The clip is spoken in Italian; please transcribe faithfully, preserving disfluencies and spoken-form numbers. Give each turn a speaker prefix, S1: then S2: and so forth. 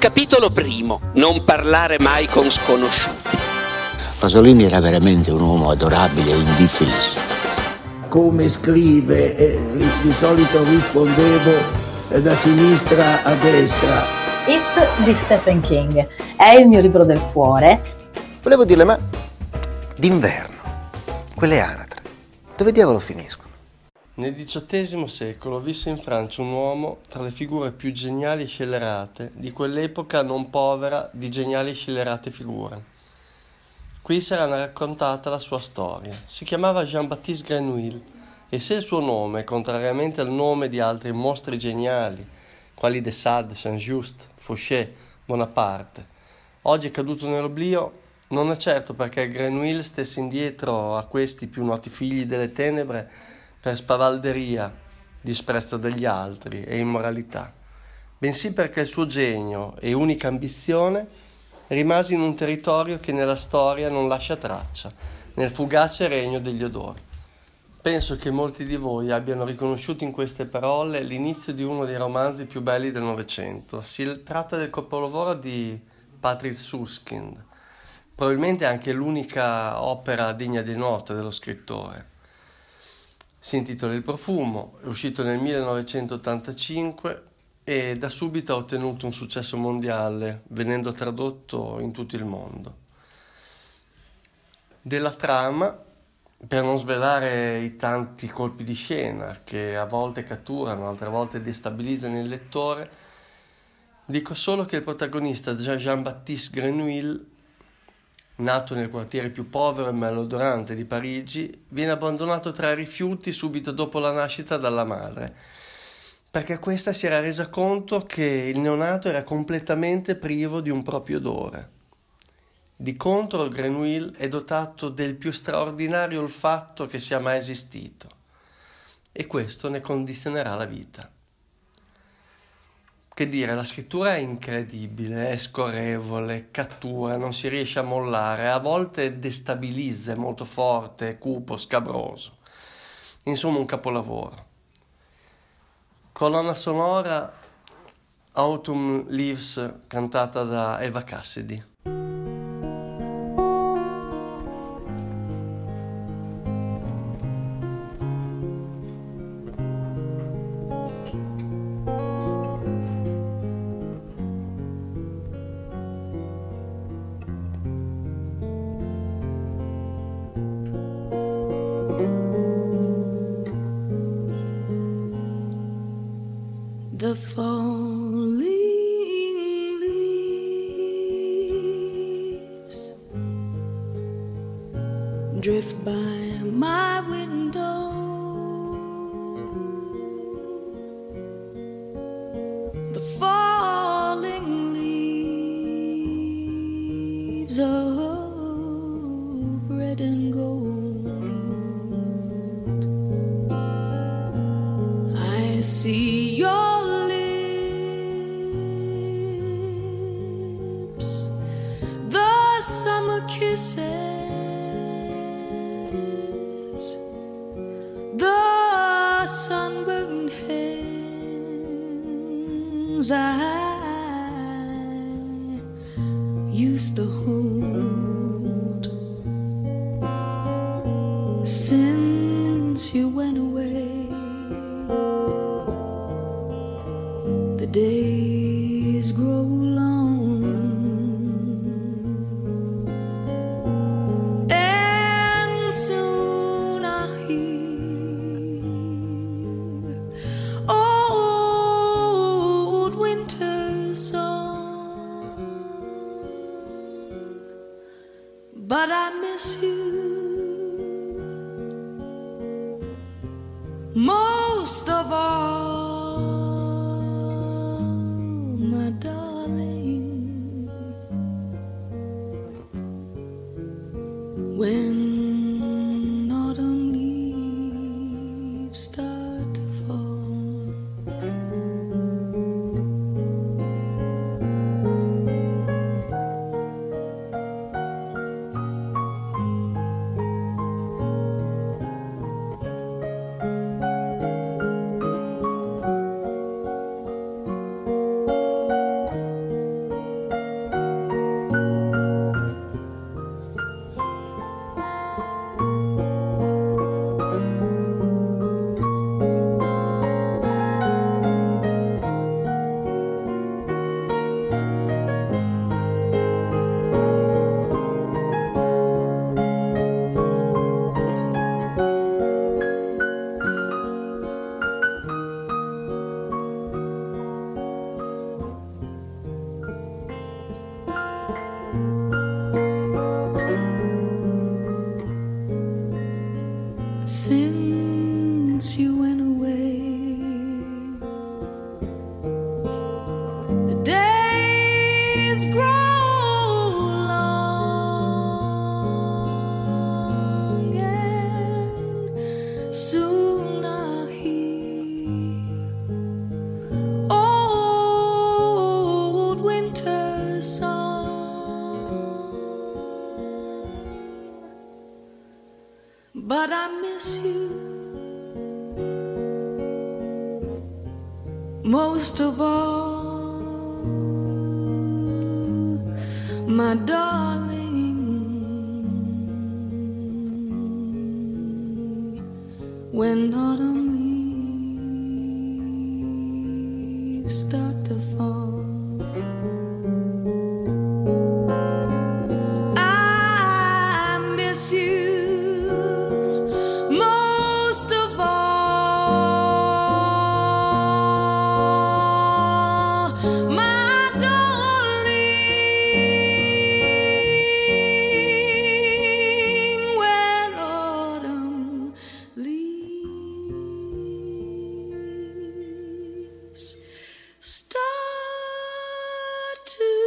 S1: Capitolo primo. Non parlare mai con sconosciuti.
S2: Pasolini era veramente un uomo adorabile e indifeso.
S3: Come scrive, eh, di solito rispondevo eh, da sinistra a destra.
S4: It di Stephen King è il mio libro del cuore.
S5: Volevo dirle, ma d'inverno, quelle anatre, dove diavolo finiscono?
S6: Nel diciottesimo secolo visse in Francia un uomo tra le figure più geniali e scellerate di quell'epoca non povera di geniali e scellerate figure. Qui sarà raccontata la sua storia. Si chiamava Jean-Baptiste Grenouille e se il suo nome, contrariamente al nome di altri mostri geniali, quali de Sade, Saint-Just, Fouché, Bonaparte, oggi è caduto nell'oblio, non è certo perché Grenouille stesse indietro a questi più noti figli delle tenebre per spavalderia, disprezzo degli altri e immoralità, bensì perché il suo genio e unica ambizione rimase in un territorio che nella storia non lascia traccia, nel fugace regno degli odori. Penso che molti di voi abbiano riconosciuto in queste parole l'inizio di uno dei romanzi più belli del Novecento. Si tratta del capolavoro di Patrick Süskind, probabilmente anche l'unica opera degna di nota dello scrittore. Si intitola Il profumo, è uscito nel millenovecentottantacinque e da subito ha ottenuto un successo mondiale, venendo tradotto in tutto il mondo. Della trama, per non svelare i tanti colpi di scena che a volte catturano, altre volte destabilizzano il lettore, dico solo che il protagonista Jean-Baptiste Grenouille, nato nel quartiere più povero e malodorante di Parigi, viene abbandonato tra i rifiuti subito dopo la nascita dalla madre, perché questa si era resa conto che il neonato era completamente privo di un proprio odore. Di contro, Grenouille è dotato del più straordinario olfatto che sia mai esistito, e questo ne condizionerà la vita. Che dire, la scrittura è incredibile, è scorrevole, cattura, non si riesce a mollare, a volte destabilizza, è molto forte, cupo, scabroso. Insomma, un capolavoro. Colonna sonora Autumn Leaves, cantata da Eva Cassidy.
S7: The falling leaves drift by my window. The falling leaves of red and gold. I see your kisses, the sunburned hands I used to hold. Since you went away, the days grow long. But I miss you most of all, my darling. When autumn leaves start to fall. most of all, my darling, when autumn leaves start to fall. I miss you most of all, my darling, when autumn leaves start to